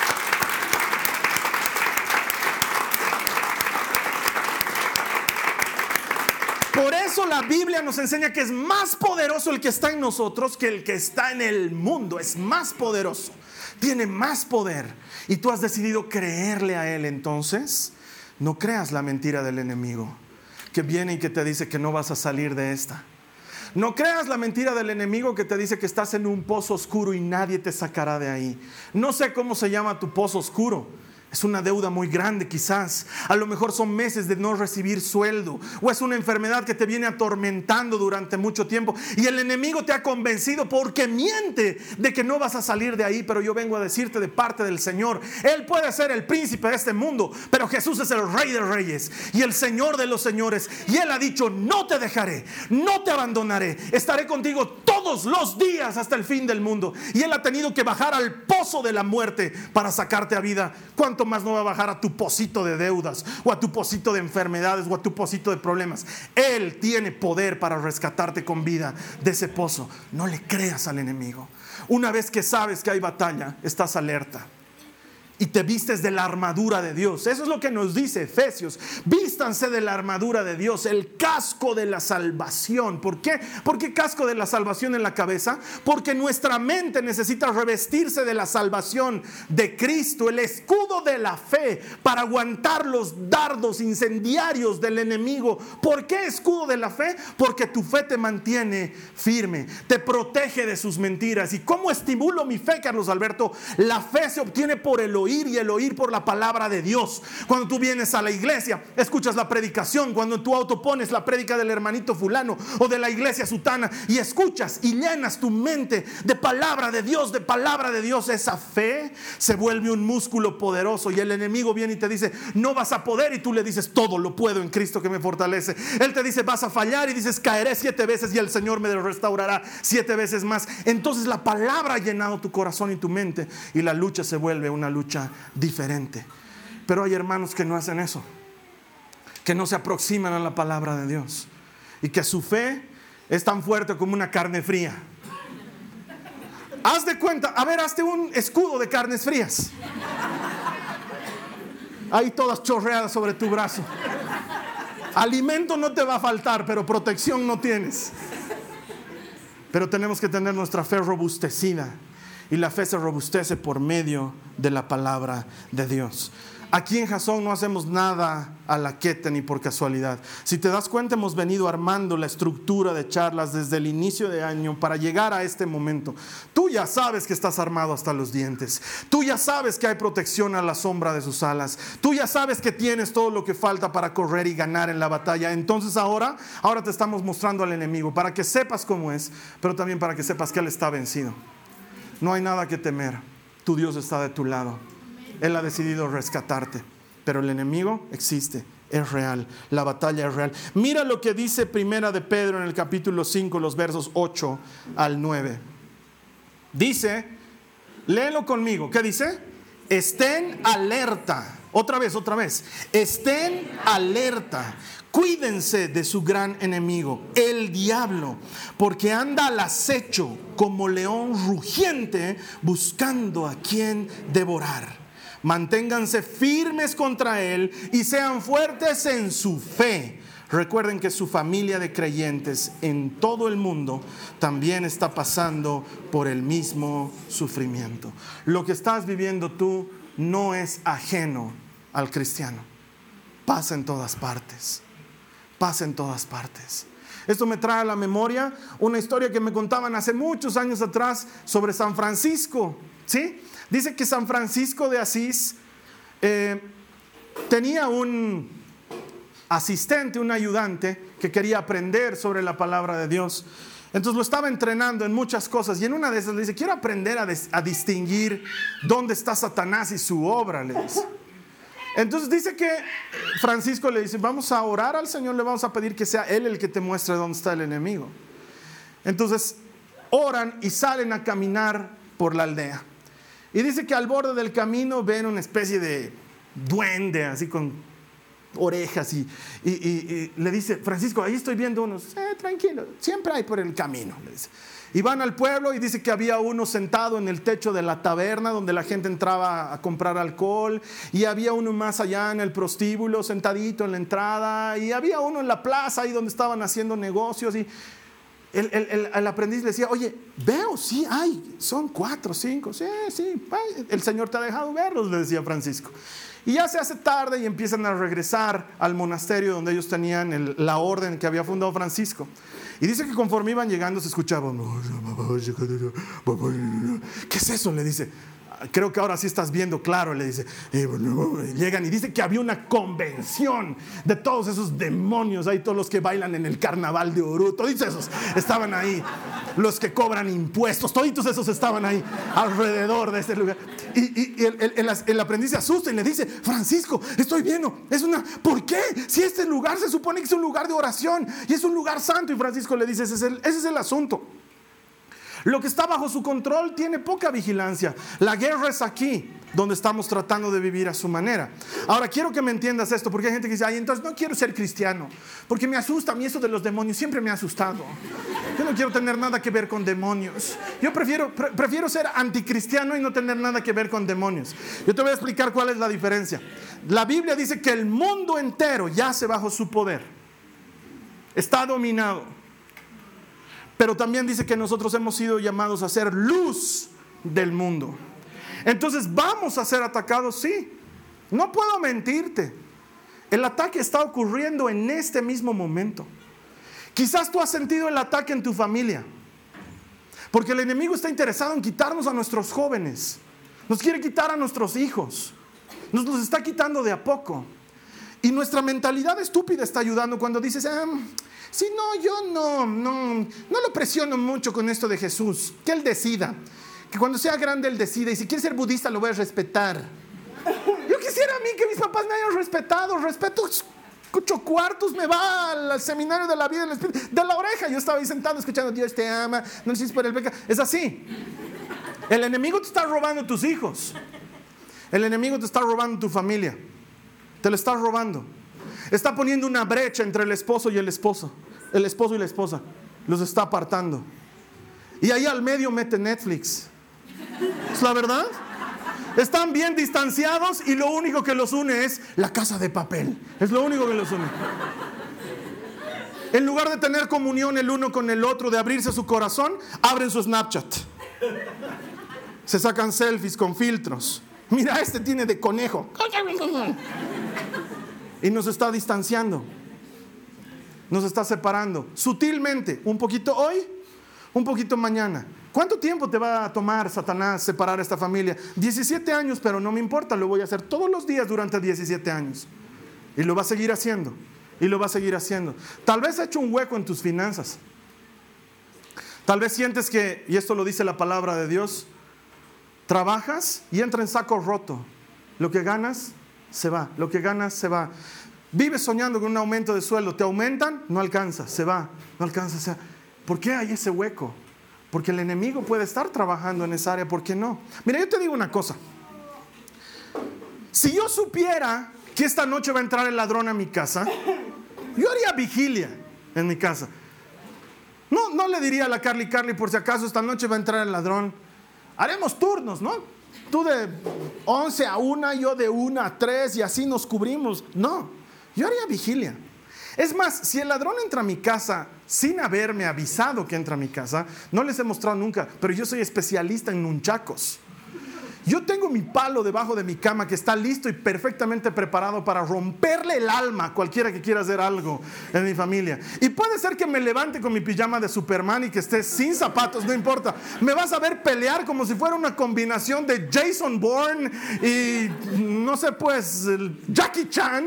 Por eso la Biblia nos enseña que es más poderoso el que está en nosotros que el que está en el mundo. Es más poderoso, tiene más poder. Y tú has decidido creerle a Él. Entonces, no creas la mentira del enemigo que viene y que te dice que no vas a salir de esta. No creas la mentira del enemigo que te dice que estás en un pozo oscuro y nadie te sacará de ahí. No sé cómo se llama tu pozo oscuro. Es una deuda muy grande quizás. A lo mejor son meses de no recibir sueldo. O es una enfermedad que te viene atormentando durante mucho tiempo. Y el enemigo te ha convencido porque miente de que no vas a salir de ahí. Pero yo vengo a decirte de parte del Señor. Él puede ser el príncipe de este mundo, pero Jesús es el rey de reyes y el Señor de los señores. Y Él ha dicho, no te dejaré, no te abandonaré. Estaré contigo todos los días hasta el fin del mundo. Y Él ha tenido que bajar al pozo de la muerte para sacarte a vida. ¿Cuánto más no va a bajar a tu pocito de deudas, o a tu pocito de enfermedades, o a tu pocito de problemas? Él tiene poder para rescatarte con vida de ese pozo. No le creas al enemigo. Una vez que sabes que hay batalla, estás alerta y te vistes de la armadura de Dios. Eso es lo que nos dice Efesios. Vístanse de la armadura de Dios, el casco de la salvación. ¿Por qué? ¿Por qué casco de la salvación en la cabeza? Porque nuestra mente necesita revestirse de la salvación de Cristo, el escudo de la fe para aguantar los dardos incendiarios del enemigo. ¿Por qué escudo de la fe? Porque tu fe te mantiene firme, te protege de sus mentiras. ¿Y cómo estimulo mi fe, Carlos Alberto? La fe se obtiene por el oír, y el oír por la palabra de Dios. Cuando tú vienes a la iglesia, escuchas la predicación. Cuando en tu auto pones la prédica del hermanito fulano o de la iglesia sutana y escuchas y llenas tu mente de palabra de Dios, de palabra de Dios, esa fe se vuelve un músculo poderoso. Y el enemigo viene y te dice, no vas a poder, y tú le dices, todo lo puedo en Cristo que me fortalece. Él te dice, vas a fallar, y dices, caeré siete veces y el Señor me restaurará siete veces más. Entonces la palabra ha llenado tu corazón y tu mente, y la lucha se vuelve una lucha diferente. Pero hay hermanos que no hacen eso, que no se aproximan a la palabra de Dios, y que su fe es tan fuerte como una carne fría. Haz de cuenta, a ver, hazte un escudo de carnes frías, ahí todas chorreadas sobre tu brazo. Alimento no te va a faltar, pero protección no tienes. Pero tenemos que tener nuestra fe robustecida. y la fe se robustece por medio de la palabra de Dios. Aquí en Jasón no hacemos nada a la queta ni por casualidad. Si te das cuenta, hemos venido armando la estructura de charlas desde el inicio de año para llegar a este momento. Tú ya sabes que estás armado hasta los dientes. Tú ya sabes que hay protección a la sombra de sus alas. Tú ya sabes que tienes todo lo que falta para correr y ganar en la batalla. Entonces ahora, ahora te estamos mostrando al enemigo para que sepas cómo es, pero también para que sepas que él está vencido. No hay nada que temer. Tu Dios está de tu lado. Él ha decidido rescatarte, pero el enemigo existe, es real, la batalla es real. Mira lo que dice Primera de Pedro en el capítulo cinco, los versos ocho al nueve. Dice, léelo conmigo, ¿qué dice? Estén alerta, otra vez, otra vez, estén alerta. Cuídense de su gran enemigo, el diablo, porque anda al acecho como león rugiente buscando a quien devorar. Manténganse firmes contra él y sean fuertes en su fe. Recuerden que su familia de creyentes en todo el mundo también está pasando por el mismo sufrimiento. Lo que estás viviendo tú no es ajeno al cristiano. Pasa en todas partes. Pasa en todas partes. Esto me trae a la memoria una historia que me contaban hace muchos años atrás sobre San Francisco, ¿sí? Dice que San Francisco de Asís eh, tenía un asistente, un ayudante que quería aprender sobre la palabra de Dios. Entonces lo estaba entrenando en muchas cosas y en una de esas le dice, quiero aprender a, des- a distinguir dónde está Satanás y su obra, le dice. Entonces dice que Francisco le dice, vamos a orar al Señor, le vamos a pedir que sea Él el que te muestre dónde está el enemigo. Entonces oran y salen a caminar por la aldea. Y dice que al borde del camino ven una especie de duende, así con orejas. Y, y, y, y le dice, Francisco, ahí estoy viendo unos, eh, tranquilo, siempre hay por el camino, le dice. Y van al pueblo y dice que había uno sentado en el techo de la taberna donde la gente entraba a comprar alcohol. Y había uno más allá en el prostíbulo, sentadito en la entrada. Y había uno en la plaza ahí donde estaban haciendo negocios. Y El, el, el, el aprendiz le decía, oye, veo, sí hay, son cuatro, cinco, sí, sí, el Señor te ha dejado verlos, le decía Francisco. Y ya se hace tarde y empiezan a regresar al monasterio donde ellos tenían el, la orden que había fundado Francisco. Y dice que conforme iban llegando se escuchaba, ¿qué es eso? Le dice. Creo que ahora sí estás viendo claro, le dice. Y bueno, llegan y dice que había una convención de todos esos demonios ahí, todos los que bailan en el carnaval de Oruro, todos esos estaban ahí, los que cobran impuestos, todos esos estaban ahí alrededor de este lugar. Y, y, y el, el, el, el aprendiz se asusta y le dice, Francisco, estoy viendo, es una, ¿por qué? Si este lugar se supone que es un lugar de oración y es un lugar santo. Y Francisco le dice, ese es el, ese es el asunto. Lo que está bajo su control tiene poca vigilancia. La guerra es aquí, donde estamos tratando de vivir a su manera. Ahora, quiero que me entiendas esto, porque hay gente que dice, ay, entonces no quiero ser cristiano, porque me asusta a mí eso de los demonios, siempre me ha asustado. Yo no quiero tener nada que ver con demonios. Yo prefiero, pre- prefiero ser anticristiano y no tener nada que ver con demonios. Yo te voy a explicar cuál es la diferencia. La Biblia dice que el mundo entero yace bajo su poder. Está dominado. Pero también dice que nosotros hemos sido llamados a ser luz del mundo. Entonces, ¿vamos a ser atacados? Sí. No puedo mentirte. El ataque está ocurriendo en este mismo momento. Quizás tú has sentido el ataque en tu familia. Porque el enemigo está interesado en quitarnos a nuestros jóvenes. Nos quiere quitar a nuestros hijos. Nos los está quitando de a poco. Y nuestra mentalidad estúpida está ayudando cuando dices, ah, si no, yo no, no, no lo presiono mucho con esto de Jesús. Que Él decida. Que cuando sea grande Él decida. Y si quiere ser budista lo voy a respetar. Yo quisiera a mí que mis papás me hayan respetado. Respeto ocho cuartos, me va al seminario de la vida del Espíritu. De la oreja. Yo estaba ahí sentado escuchando, Dios te ama, no necesites por el pecado. Es así. El enemigo te está robando tus hijos. El enemigo te está robando tu familia. Te lo está robando. Está poniendo una brecha entre el esposo y el esposo. El esposo y la esposa. Los está apartando. Y ahí al medio mete Netflix. ¿Es la verdad? Están bien distanciados y lo único que los une es La Casa de Papel. Es lo único que los une. En lugar de tener comunión el uno con el otro, de abrirse su corazón, abren su Snapchat. Se sacan selfies con filtros. Mira, este tiene de conejo. Y nos está distanciando. Nos está separando. Sutilmente. Un poquito hoy, un poquito mañana. ¿Cuánto tiempo te va a tomar, Satanás, separar a esta familia? diecisiete años, pero no me importa. Lo voy a hacer todos los días durante diecisiete años. Y lo va a seguir haciendo. Y lo va a seguir haciendo. Tal vez ha hecho un hueco en tus finanzas. Tal vez sientes que, y esto lo dice la palabra de Dios, trabajas y entra en saco roto. Lo que ganas, se va. Lo que ganas, se va. Vives soñando con un aumento de sueldo. Te aumentan, no alcanza, se va. No alcanza, se va. ¿Por qué hay ese hueco? Porque el enemigo puede estar trabajando en esa área. ¿Por qué no? Mira, yo te digo una cosa. Si yo supiera que esta noche va a entrar el ladrón a mi casa, yo haría vigilia en mi casa. No, no le diría a la Carly, Carly, por si acaso esta noche va a entrar el ladrón. Haremos turnos, ¿no? Tú de once a una, yo de una a tres y así nos cubrimos. No, yo haría vigilia. Es más, si el ladrón entra a mi casa sin haberme avisado que entra a mi casa, no les he mostrado nunca, pero yo soy especialista en nunchacos. Yo tengo mi palo debajo de mi cama que está listo y perfectamente preparado para romperle el alma a cualquiera que quiera hacer algo en mi familia. Y puede ser que me levante con mi pijama de Superman y que esté sin zapatos, no importa. Me vas a ver pelear como si fuera una combinación de Jason Bourne y no sé, pues Jackie Chan.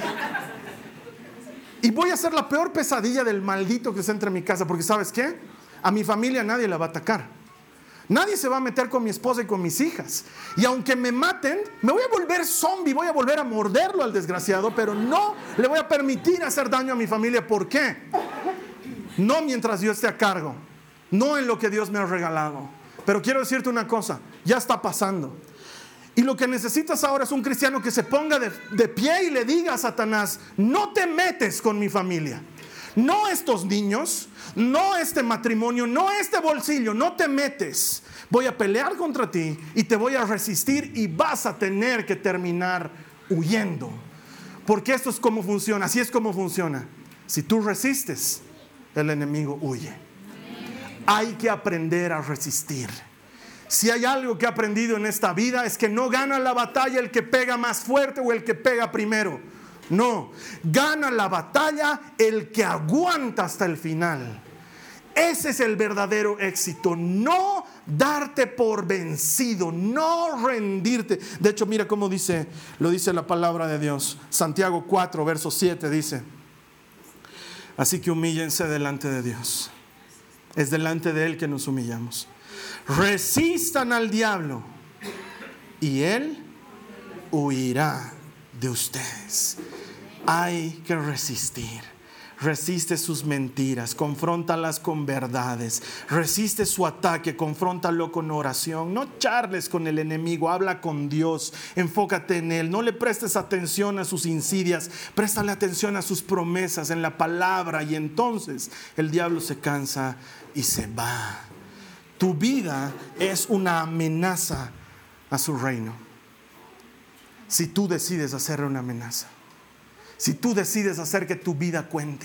Y voy a ser la peor pesadilla del maldito que se entre en mi casa, porque ¿sabes qué? A mi familia nadie la va a atacar. Nadie se va a meter con mi esposa y con mis hijas. Y aunque me maten, me voy a volver zombie, voy a volver a morderlo al desgraciado, pero no le voy a permitir hacer daño a mi familia. ¿Por qué? No mientras yo esté a cargo, no en lo que Dios me ha regalado. Pero quiero decirte una cosa, ya está pasando. Y lo que necesitas ahora es un cristiano que se ponga de, de pie y le diga a Satanás: no te metes con mi familia. No estos niños, no este matrimonio, no este bolsillo, no te metes. Voy a pelear contra ti y te voy a resistir y vas a tener que terminar huyendo. Porque esto es como funciona, así es como funciona. Si tú resistes, el enemigo huye. Hay que aprender a resistir. Si hay algo que he aprendido en esta vida es que no gana la batalla el que pega más fuerte o el que pega primero. No, gana la batalla el que aguanta hasta el final. Ese es el verdadero éxito. No darte por vencido, no rendirte. De hecho, mira cómo dice, lo dice la palabra de Dios. Santiago cuatro, verso siete dice: así que humíllense delante de Dios. Es delante de Él que nos humillamos. Resistan al diablo y Él huirá de ustedes. Hay que resistir. Resiste sus mentiras, confróntalas con verdades. Resiste su ataque, confróntalo con oración. No charles con el enemigo, habla con Dios, enfócate en Él. No le prestes atención a sus insidias, préstale atención a sus promesas en la palabra, y entonces el diablo se cansa y se va. Tu vida es una amenaza a su reino. Si tú decides hacerle una amenaza, si tú decides hacer que tu vida cuente,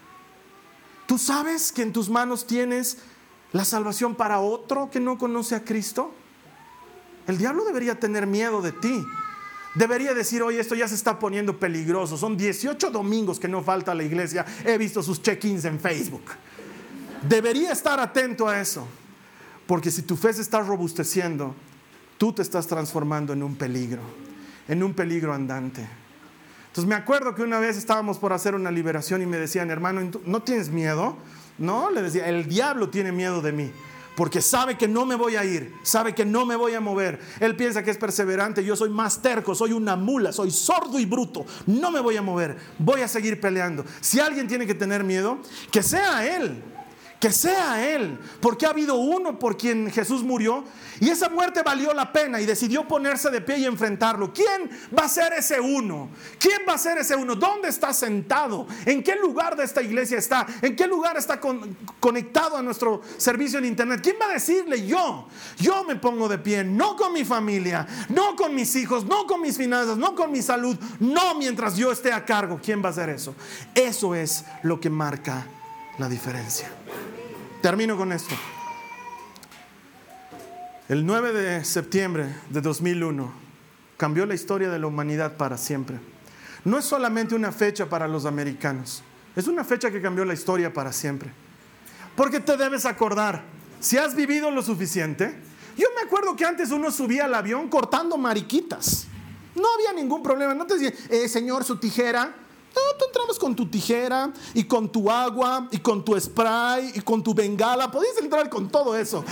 ¿tú sabes que en tus manos tienes la salvación para otro que no conoce a Cristo? El diablo debería tener miedo de ti. Debería decir: oye, esto ya se está poniendo peligroso. Son dieciocho domingos que no falta a la iglesia. He visto sus check-ins en Facebook. Debería estar atento a eso. Porque si tu fe se está robusteciendo, tú te estás transformando en un peligro. En un peligro andante. Entonces me acuerdo que una vez estábamos por hacer una liberación y me decían: hermano, ¿no tienes miedo? No, le decía, el diablo tiene miedo de mí, porque sabe que no me voy a ir, sabe que no me voy a mover. Él piensa que es perseverante, yo soy más terco, soy una mula, soy sordo y bruto, no me voy a mover, voy a seguir peleando. Si alguien tiene que tener miedo, que sea él. Que sea Él, porque ha habido uno por quien Jesús murió y esa muerte valió la pena y decidió ponerse de pie y enfrentarlo. ¿Quién va a ser ese uno? ¿Quién va a ser ese uno? ¿Dónde está sentado? ¿En qué lugar de esta iglesia está? ¿En qué lugar está con, conectado a nuestro servicio en internet? ¿Quién va a decirle? Yo, yo me pongo de pie, no con mi familia, no con mis hijos, no con mis finanzas, no con mi salud, no mientras yo esté a cargo. ¿Quién va a hacer eso? Eso es lo que marca la diferencia. Termino con esto. El nueve de septiembre de dos mil uno cambió la historia de la humanidad para siempre. No es solamente una fecha para los americanos, es una fecha que cambió la historia para siempre. Porque te debes acordar, si has vivido lo suficiente. Yo me acuerdo que antes uno subía al avión cortando mariquitas. No había ningún problema. No te decían, eh, señor, su tijera. No, tú entrabas con tu tijera y con tu agua y con tu spray y con tu bengala. Podías entrar con todo eso.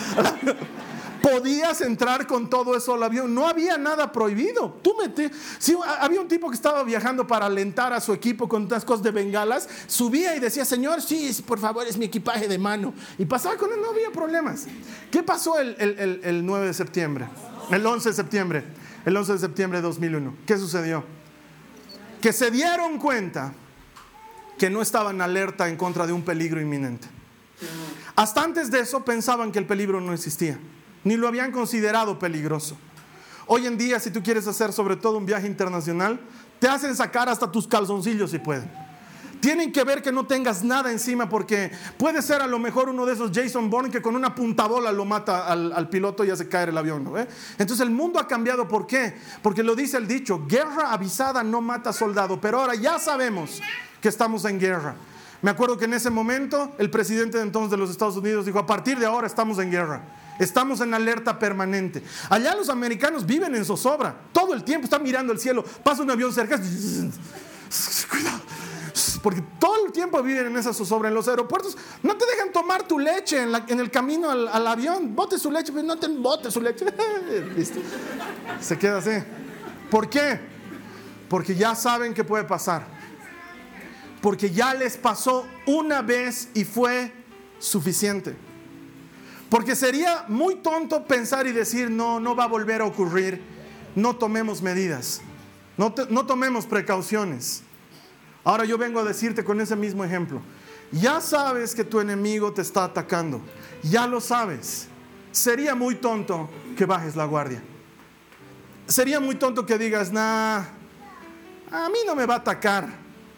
Podías entrar con todo eso al avión. No había nada prohibido. Tú metías. Si había un tipo que estaba viajando para alentar a su equipo con unas cosas de bengalas, subía y decía, señor, sí, por favor, es mi equipaje de mano. Y pasaba con él, no había problemas. ¿Qué pasó el, el, el, el nueve de septiembre? El once de septiembre. El once de septiembre de dos mil uno. ¿Qué sucedió? Que se dieron cuenta que no estaban alerta en contra de un peligro inminente. Hasta antes de eso pensaban que el peligro no existía. Ni lo habían considerado peligroso. Hoy en día, si tú quieres hacer sobre todo un viaje internacional, te hacen sacar hasta tus calzoncillos si pueden. Tienen que ver que no tengas nada encima, porque puede ser a lo mejor uno de esos Jason Bourne que con una puntabola lo mata al, al piloto y hace caer el avión, ¿no? ¿Eh? Entonces el mundo ha cambiado. ¿Por qué? Porque lo dice el dicho, guerra avisada no mata soldado. Pero ahora ya sabemos que estamos en guerra. Me acuerdo que en ese momento el presidente de entonces de los Estados Unidos dijo, a partir de ahora estamos en guerra. Estamos en alerta permanente. Allá los americanos viven en zozobra. Todo el tiempo están mirando el cielo. Pasa un avión cerca. Cuidado. Porque todo el tiempo viven en esa zozobra. En los aeropuertos no te dejan tomar tu leche en, la, en el camino al, al avión. Bote su leche, pero no te bote su leche. ¿Viste? Se queda así. ¿Por qué? Porque ya saben qué puede pasar. Porque ya les pasó una vez y fue suficiente. Porque sería muy tonto pensar y decir, no, no va a volver a ocurrir. No tomemos medidas. No, te, no tomemos precauciones. Ahora yo vengo a decirte con ese mismo ejemplo. Ya sabes que tu enemigo te está atacando. Ya lo sabes. Sería muy tonto que bajes la guardia. Sería muy tonto que digas, nah, a mí no me va a atacar.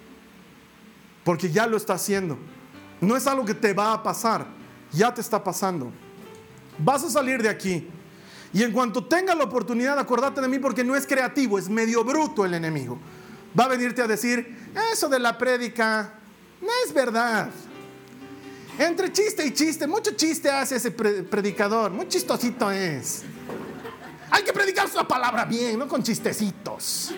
Porque ya lo está haciendo. No es algo que te va a pasar. Ya te está pasando. Vas a salir de aquí. Y en cuanto tenga la oportunidad, acordate de mí, porque no es creativo, es medio bruto el enemigo. Va a venirte a decir, eso de la prédica no es verdad. Entre chiste y chiste, mucho chiste hace ese pre- predicador, muy chistosito es. Hay que predicar su palabra bien, no con chistecitos.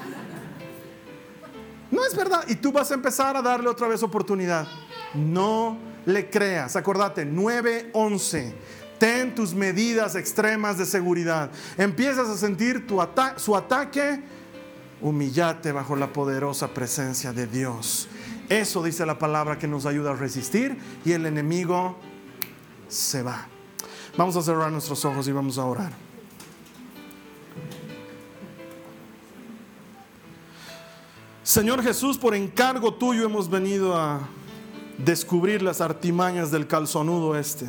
No es verdad. Y tú vas a empezar a darle otra vez oportunidad. No le creas. Acordate, nueve once. Ten tus medidas extremas de seguridad. Empiezas a sentir tu ata- su ataque. Humillate bajo la poderosa presencia de Dios. Eso dice la palabra que nos ayuda a resistir y el enemigo se va. Vamos a cerrar nuestros ojos y vamos a orar. Señor Jesús, por encargo tuyo hemos venido a descubrir las artimañas del calzonudo este.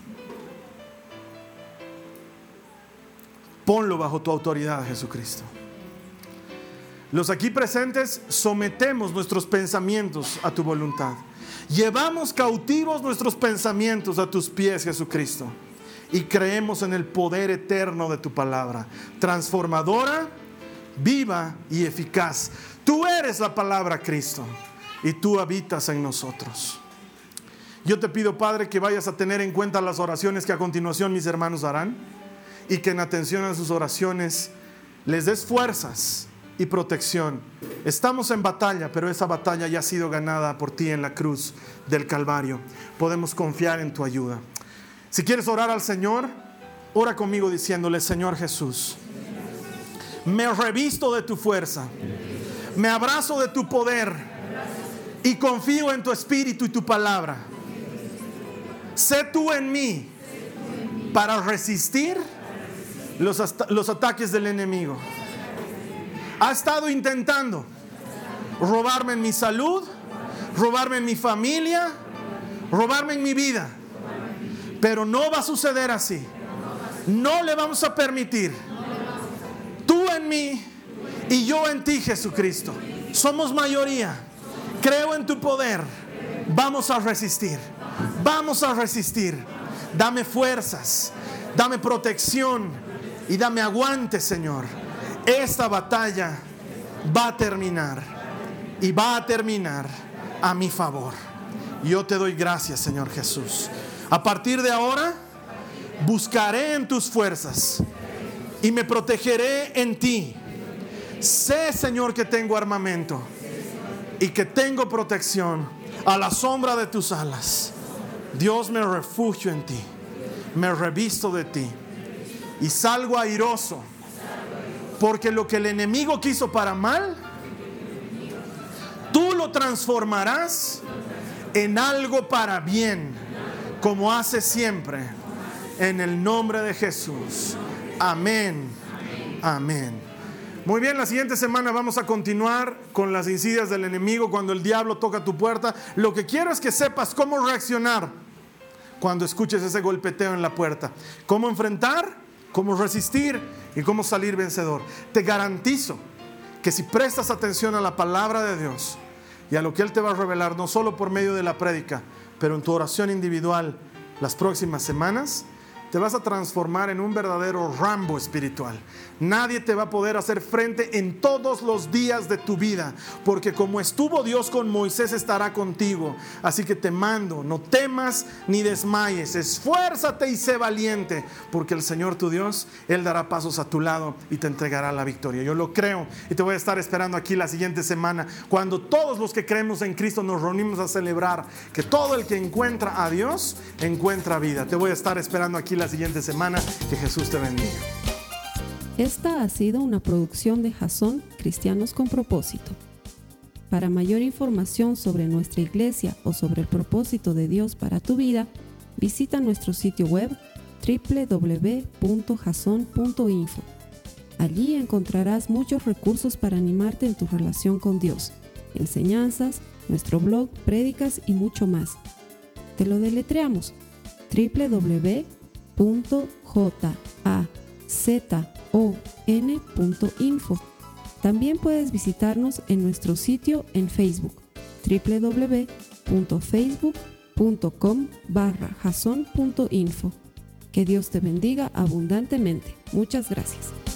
Ponlo bajo tu autoridad, Jesucristo. Los aquí presentes sometemos nuestros pensamientos a tu voluntad. Llevamos cautivos nuestros pensamientos a tus pies, Jesucristo. Y creemos en el poder eterno de tu palabra, transformadora, viva y eficaz. Tú eres la palabra, Cristo, y tú habitas en nosotros. Yo te pido, Padre, que vayas a tener en cuenta las oraciones que a continuación mis hermanos harán, y que en atención a sus oraciones les des fuerzas y protección. Estamos en batalla, pero esa batalla ya ha sido ganada por ti en la cruz del Calvario. Podemos confiar en tu ayuda. Si quieres orar al Señor, ora conmigo diciéndole: Señor Jesús, me revisto de tu fuerza, me abrazo de tu poder y confío en tu espíritu y tu palabra. Sé tú en mí para resistir los, los ataques del enemigo. Ha estado intentando robarme en mi salud, robarme en mi familia, robarme en mi vida. Pero no va a suceder así. No le vamos a permitir. Tú en mí y yo en ti, Jesucristo. Somos mayoría. Creo en tu poder. Vamos a resistir. Vamos a resistir. Dame fuerzas. Dame protección y dame aguante, Señor. Esta batalla va a terminar y va a terminar a mi favor. Yo te doy gracias, Señor Jesús. A partir de ahora, buscaré en tus fuerzas y me protegeré en ti. Sé, Señor, que tengo armamento y que tengo protección a la sombra de tus alas. Dios, me refugio en ti, me revisto de ti y salgo airoso, porque lo que el enemigo quiso para mal, tú lo transformarás en algo para bien, como hace siempre, en el nombre de Jesús. Amén. Amén. Muy bien, la siguiente semana vamos a continuar con las insidias del enemigo cuando el diablo toca tu puerta. Lo que quiero es que sepas cómo reaccionar cuando escuches ese golpeteo en la puerta. Cómo enfrentar, cómo resistir y cómo salir vencedor. Te garantizo que si prestas atención a la palabra de Dios y a lo que Él te va a revelar, no solo por medio de la prédica, pero en tu oración individual las próximas semanas, te vas a transformar en un verdadero Rambo espiritual. Nadie te va a poder hacer frente en todos los días de tu vida, porque como estuvo Dios con Moisés, estará contigo. Así que te mando, no temas ni desmayes, esfuérzate y sé valiente, porque el Señor tu Dios, Él dará pasos a tu lado y te entregará la victoria. Yo lo creo y te voy a estar esperando aquí la siguiente semana, cuando todos los que creemos en Cristo nos reunimos a celebrar que todo el que encuentra a Dios encuentra vida. Te voy a estar esperando aquí la siguiente semana. Que Jesús te bendiga. Esta ha sido una producción de Jasón Cristianos con Propósito. Para mayor información sobre nuestra iglesia o sobre el propósito de Dios para tu vida, visita nuestro sitio web doble u doble u doble u punto jason punto info. Allí encontrarás muchos recursos para animarte en tu relación con Dios, enseñanzas, nuestro blog, prédicas y mucho más. Te lo deletreamos: doble u doble u doble u punto jazon punto info. También puedes visitarnos en nuestro sitio en Facebook, doble u doble u doble u punto facebook punto com barra jason punto info. Que Dios te bendiga abundantemente. Muchas gracias.